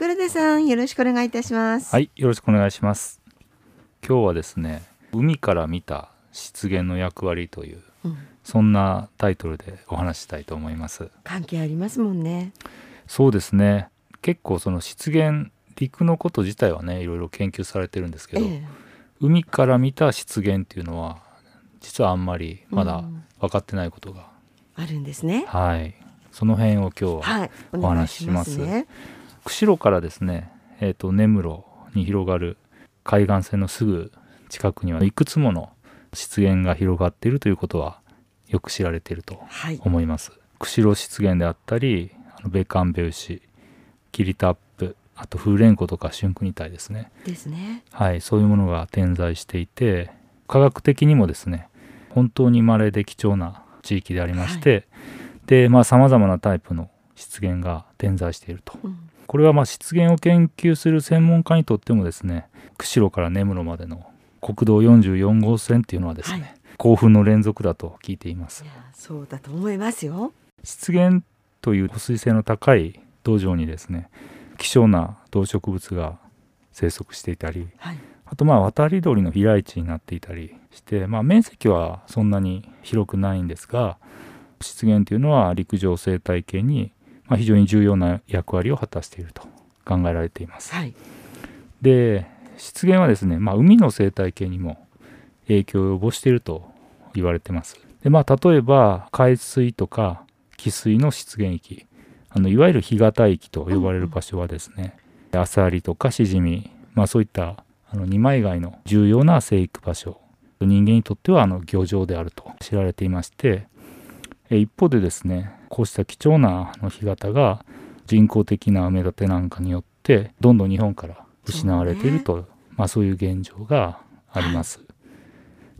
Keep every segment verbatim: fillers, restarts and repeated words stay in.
黒田さん、よろしくお願いいたします。 はい、よろしくお願いします。今日はですね、海から見た湿原の役割という、うん、そんなタイトルでお話ししたいと思います。 関係ありますもんね。 そうですね。結構その湿原、陸のこと自体はね、いろいろ研究されてるんですけど、ええ、海から見た湿原っていうのは実はあんまりまだ分かってないことが、 うん、あるんですね。 はい、その辺を今日はお話しします。はい、お願いしますね。釧路からですね、えーと、根室に広がる海岸線のすぐ近くにはいくつもの湿原が広がっているということはよく知られていると思います。はい、釧路湿原であったり、あの米韓ベウシ、キリタップ、あと風蓮湖とか春国帯ですね。 ですね。 はい、そういうものが点在していて、科学的にもですね、本当に稀で貴重な地域でありまして、はい、で、まあ様々なタイプの湿原が点在していると。うん、これはまあ湿原を研究する専門家にとってもですね、釧路から根室までの国道よんじゅうよん号線っていうのはですね、はい、興奮の連続だと聞いています。 いや、そうだと思いますよ。 湿原という保水性の高い土壌にですね、希少な動植物が生息していたり、はい、あとまあ渡り鳥の飛来地になっていたりして、まあ、面積はそんなに広くないんですが、湿原というのは陸上生態系にまあ非常に重要な役割を果たしていると考えられています。はい、で、湿原はですね、まあ、海の生態系にも影響を及ぼしていると言われています。で、まあ、例えば海水とか汽水の湿原域、あのいわゆる干潟域と呼ばれる場所はですね、うんうん、アサリとかシジミ、まあ、そういったあの二枚貝の重要な生育場所、人間にとってはあの漁場であると知られていまして、一方でですね、こうした貴重な干潟が人工的な埋め立てなんかによってどんどん日本から失われていると、そうね、まあ、そういう現状があります。はい、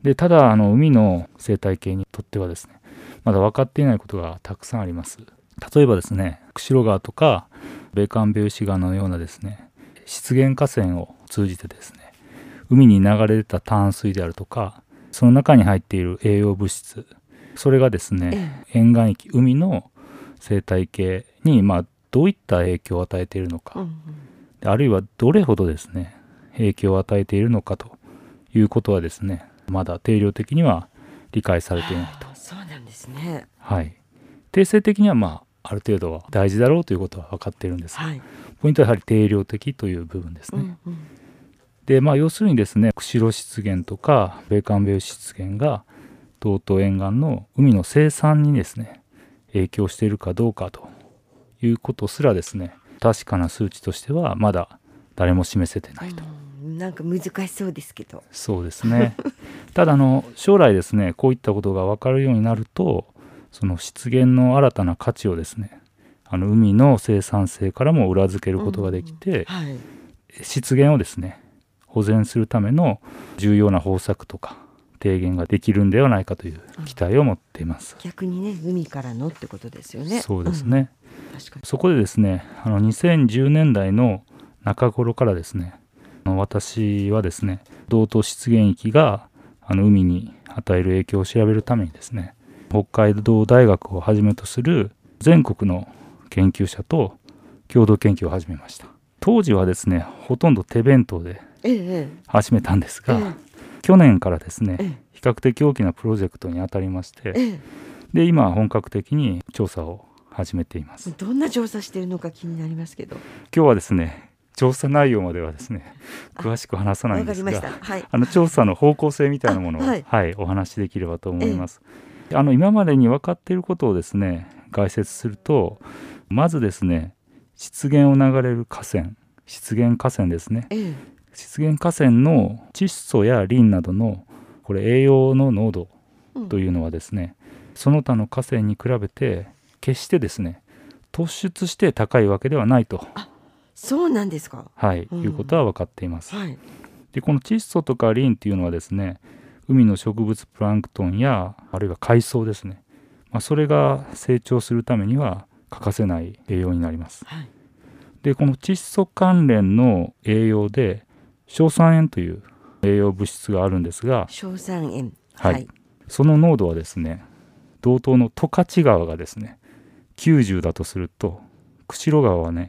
で、ただあの海の生態系にとってはですね、まだ分かっていないことがたくさんあります。例えばですね、釧路川とか米韓ベウシ川のようなですね、湿原河川を通じてですね、海に流れ出た淡水であるとか、その中に入っている栄養物質、それがですね、ええ、沿岸域、海の生態系にまあどういった影響を与えているのか、うんうん、あるいはどれほどですね影響を与えているのかということはですね、まだ定量的には理解されていないと。 そうなんですね。 はい。定性的にはまあある程度は大事だろうということは分かっているんですが、はい、ポイントはやはり定量的という部分ですね。うんうん、で、まあ要するにですね、釧路湿原とか米韓ベウシ湿原が道東沿岸の海の生産にですね影響しているかどうかということすらですね、確かな数値としてはまだ誰も示せてないと。 うん、なんか難しそうですけど。 そうですね。ただあの将来ですね、こういったことが分かるようになると、その湿原の新たな価値をですね、あの海の生産性からも裏付けることができて、うん、はい、湿原をですね保全するための重要な方策とか提言ができるんではないかという期待を持っています。 逆にね、海からのってことですよね。 そうですね。 うん、確かに。 そこでですね、あのにせんじゅうねんだいの中頃からですね、私はですね、道東湿原域があの海に与える影響を調べるためにですね、北海道大学をはじめとする全国の研究者と共同研究を始めました。当時はですね、ほとんど手弁当で始めたんですが、ええええ、去年からですね、ええ、比較的大きなプロジェクトに当たりまして、ええ、で今本格的に調査を始めています。 どんな調査しているのか気になりますけど、 今日はですね、調査内容まではですね詳しく話さないんですが、はい、あの調査の方向性みたいなものを、はいはい、お話しできればと思います。ええ、あの今までに分かっていることをですね概説すると、まずですね、湿原を流れる河川、湿原河川ですね、ええ、湿原河川の窒素やリンなどのこれ栄養の濃度というのはですね、うん、その他の河川に比べて決してですね突出して高いわけではないと。 あ、そうなんですか。 はい、うん、いうことは分かっています。 はい、 でこの窒素とかリンっていうのはですね、海の植物プランクトンやあるいは海藻ですね、まあ、それが成長するためには欠かせない栄養になります。はい、でこの窒素関連の栄養で硝酸塩という栄養物質があるんですが、 硝酸塩、 はい、はい、その濃度はですね、道東の十勝川がですねきゅうじゅうだとすると、釧路川はね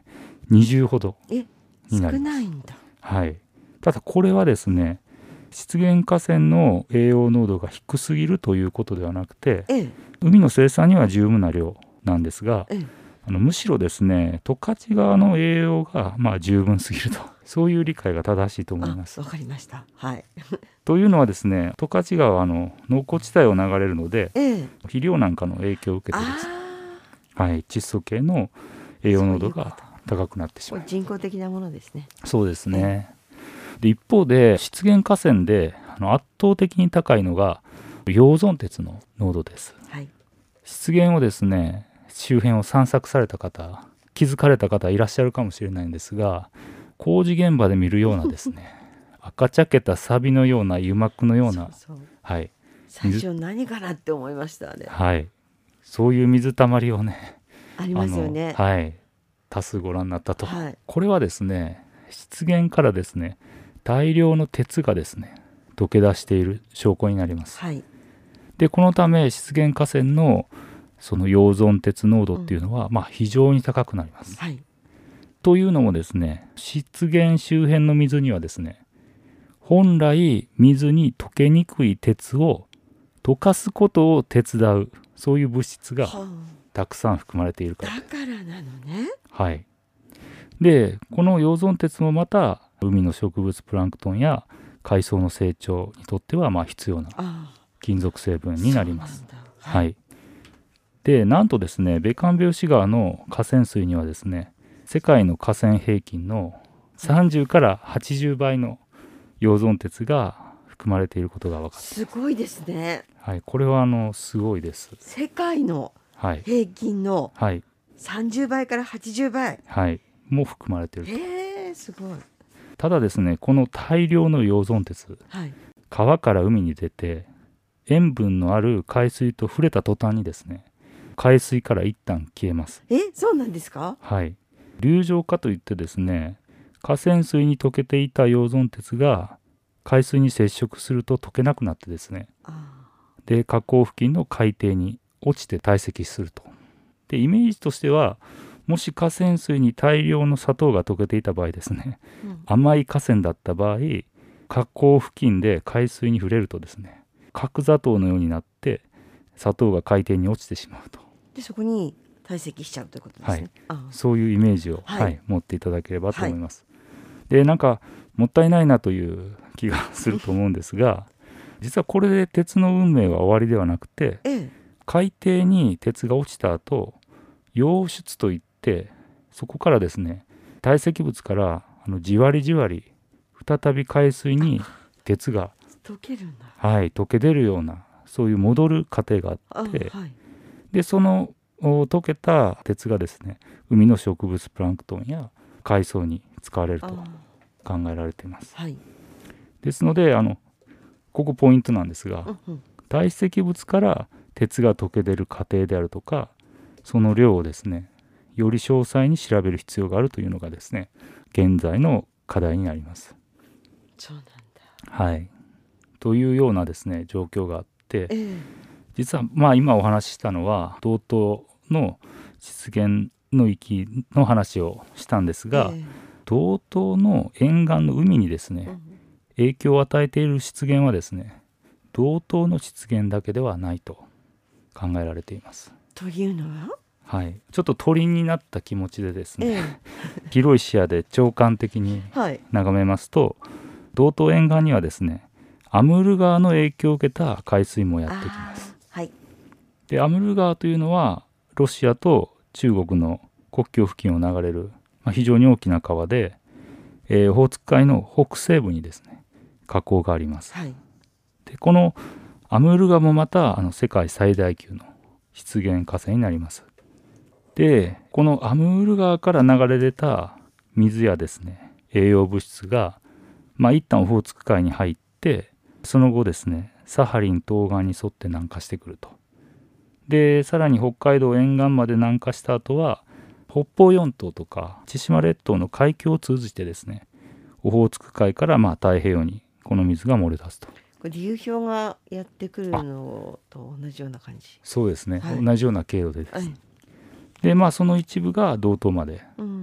にじゅうほどえになります。 少ないんだ。 はい、ただこれはですね湿原河川の栄養濃度が低すぎるということではなくて、 ええ海の生産には十分な量なんですが、 ええあのむしろですね十勝川の栄養がまあ十分すぎると、そういう理解が正しいと思います。 わかりました。はい。 というのはですね十勝川はあの農耕地帯を流れるのでええ肥料なんかの影響を受けてですね、 あはい、窒素系の栄養濃度がそういうこ高くなってしあ、 まう。 人工的なものですね。 そうですね。で一方で湿原河川であの圧倒的に高いのが溶存鉄の濃度です。 はい。 湿原をですね周辺を散策された方気づかれた方いらっしゃるかもしれないんですが、工事現場で見るようなですね赤茶けたサビのような油膜のような、 そうそうはい、 最初何かなって思いましたあれ。 はい、そういう水たまりをねありますよね。 あの、はい、多数ご覧になったと、 はい。 これはですね湿原からですね大量の鉄がですね溶け出している証拠になります。 はい。 でこのため湿原河川のその溶存鉄濃度っていうのは、まあ非常に高くなります。 はい。 というのもですね湿原周辺の水にはですね本来水に溶けにくい鉄を溶かすことを手伝うそういう物質がはあ、 たくさん含まれているからだです。 からなのね。 はい。でこの溶存鉄もまた海の植物プランクトンや海藻の成長にとってはまあ必要なああ、 金属成分になります。 そうなんだ。 はい。でなんとですねベカンベウシ川の河川水にはですね世界の河川平均のさんじゅうからはちじゅうばいの溶存鉄が含まれていることが分かって、 すごいですね。 はい、これはあのすごいです。 世界のはい平均のはいさんじゅうばいからはちじゅうばい。 はいも含まれていると。 へえ、すごい。 ただですねこの大量の溶存鉄はい。 川から海に出て塩分のある海水と触れた途端にですね海水から一旦消えます。 え、そうなんですか？ はい流浄化といってですね河川水に溶けていた溶存鉄が海水に接触すると溶けなくなってですねあで河口付近の海底に落ちて堆積すると。でイメージとしてはもし河川水に大量の砂糖が溶けていた場合ですねあ、うん、 甘い河川だった場合河口付近で海水に触れるとですね角砂糖のようになって砂糖が海底に落ちてしまうと、 でそこに堆積しちゃうということですね。 はいあそういうイメージを、 はいはい持っていただければと思います。でなんかもったいないなという気がすると思うんですが実はこれで鉄の運命は終わりではなくてええ、 海底に鉄が落ちた後溶出といってそこからですね堆積物からあのじわりじわり再び海水に鉄が、 溶けるんだ。 はい、溶け出るようなそういう戻る過程がああ、 ってはい。 でそのお溶けた鉄がですね海の植物プランクトンや海藻に使われるとあ、 考えられています。 はい。 ですのであのここポイントなんですが、 うんうん、 堆積物から鉄が溶け出る過程であるとかその量をですねより詳細に調べる必要があるというのがですね現在の課題になります。 そうなんだ。 はい、というようなですね状況があってええ、 実はまあ今お話ししたのは道東の湿原の域の話をしたんですが、 ええ、 道東の沿岸の海にですね、 うん、 影響を与えている湿原はですね道東の湿原だけではないと考えられています。 というのは、 はい、ちょっと鳥になった気持ちでですね、 ええ、 広い視野で長官的にはい。 眺めますと道東沿岸にはですねアムール川の影響を受けた海水もやってきます。 あ、はい。 でアムール川というのはロシアと中国の国境付近を流れる、まあ、非常に大きな川で、えー、オホーツク海の北西部にですね河口があります。 はい。 でこのアムール川もまたあの世界最大級の湿原河川になります。でこのアムール川から流れ出た水やですね栄養物質が、まあ、一旦オホーツク海に入ってその後ですねサハリン東岸に沿って南下してくると。でさらに北海道沿岸まで南下した後は北方四島とか千島列島の海峡を通じてですねオホーツク海からまあ太平洋にこの水が漏れ出すと。 これ流氷がやってくるのと同じような感じ。 そうですね、 はい、 同じような経路でです、 はい、 でまあその一部が道東までうん、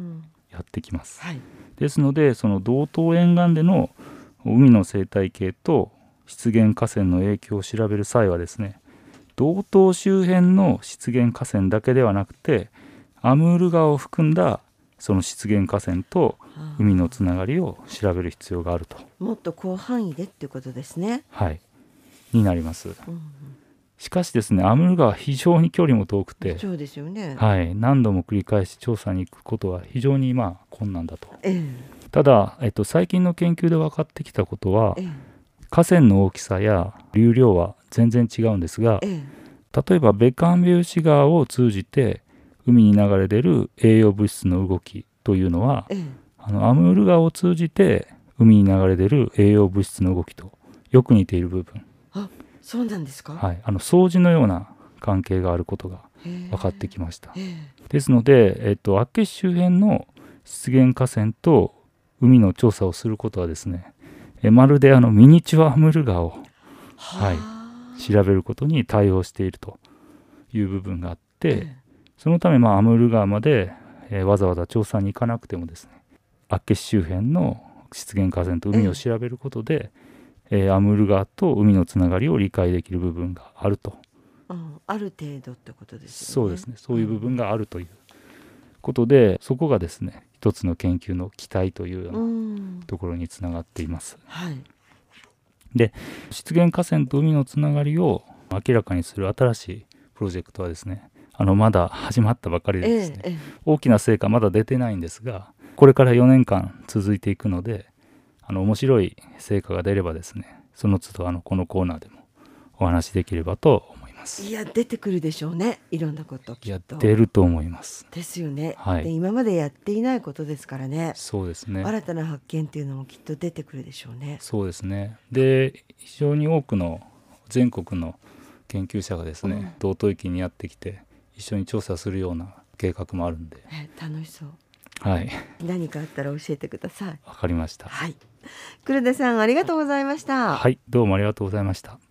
やってきます。 はい、 ですのでその道東沿岸での海の生態系と湿原河川の影響を調べる際はですね、道東周辺の湿原河川だけではなくてアムール川を含んだその湿原河川と海のつながりを調べる必要があると。 もっと広範囲でっていうことですね。 はい、になります。 うんうん、 しかしですね、アムール川は非常に距離も遠くて、 そうですよね。 はい、何度も繰り返し調査に行くことは非常にまあ困難だと。 ええ、 ただ、えっと、最近の研究で分かってきたことは、 ええ、 河川の大きさや流量は全然違うんですが、 ええ、 例えばベカンベウシ川を通じて海に流れ出る栄養物質の動きというのは、 ええ、 あのアムール川を通じて海に流れ出る栄養物質の動きとよく似ている部分、 あ、そうなんですか。 はい、あの相似のような関係があることが分かってきました。ですので、えっと、厚岸周辺の湿原河川と海の調査をすることはですね、えまるであのミニチュアアムール川を、はい、調べることに対応しているという部分があって、ええ、そのため、まあ、アムール川まで、えー、わざわざ調査に行かなくてもですね、厚岸周辺の湿原河川と海を調べることで、ええー、アムール川と海のつながりを理解できる部分があると、 うん、ある程度ってことですよね。 そうですね、そういう部分があるということで、うん、そこがですね一つの研究の期待というようなところにつながっています。 はい、で湿原河川と海のつながりを明らかにする新しいプロジェクトはですね、あのまだ始まったばかりでですね、ええ、大きな成果まだ出てないんですが、これからよねんかん続いていくので、あの面白い成果が出ればですね、その都度あのこのコーナーでもお話しできればと思います。 いや、出てくるでしょうね、いろんなこと。 いや、出ると思います。 ですよね、 はい、 で今までやっていないことですからね。 そうですね、 新たな発見っていうのもきっと出てくるでしょうね。 そうですね。で非常に多くの全国の研究者がですね、うん、道東域にやってきて一緒に調査するような計画もあるんで、 え楽しそう。 はい、 何かあったら教えてください。 わかりました。 はい、黒田さんありがとうございました。 はい、どうもありがとうございました。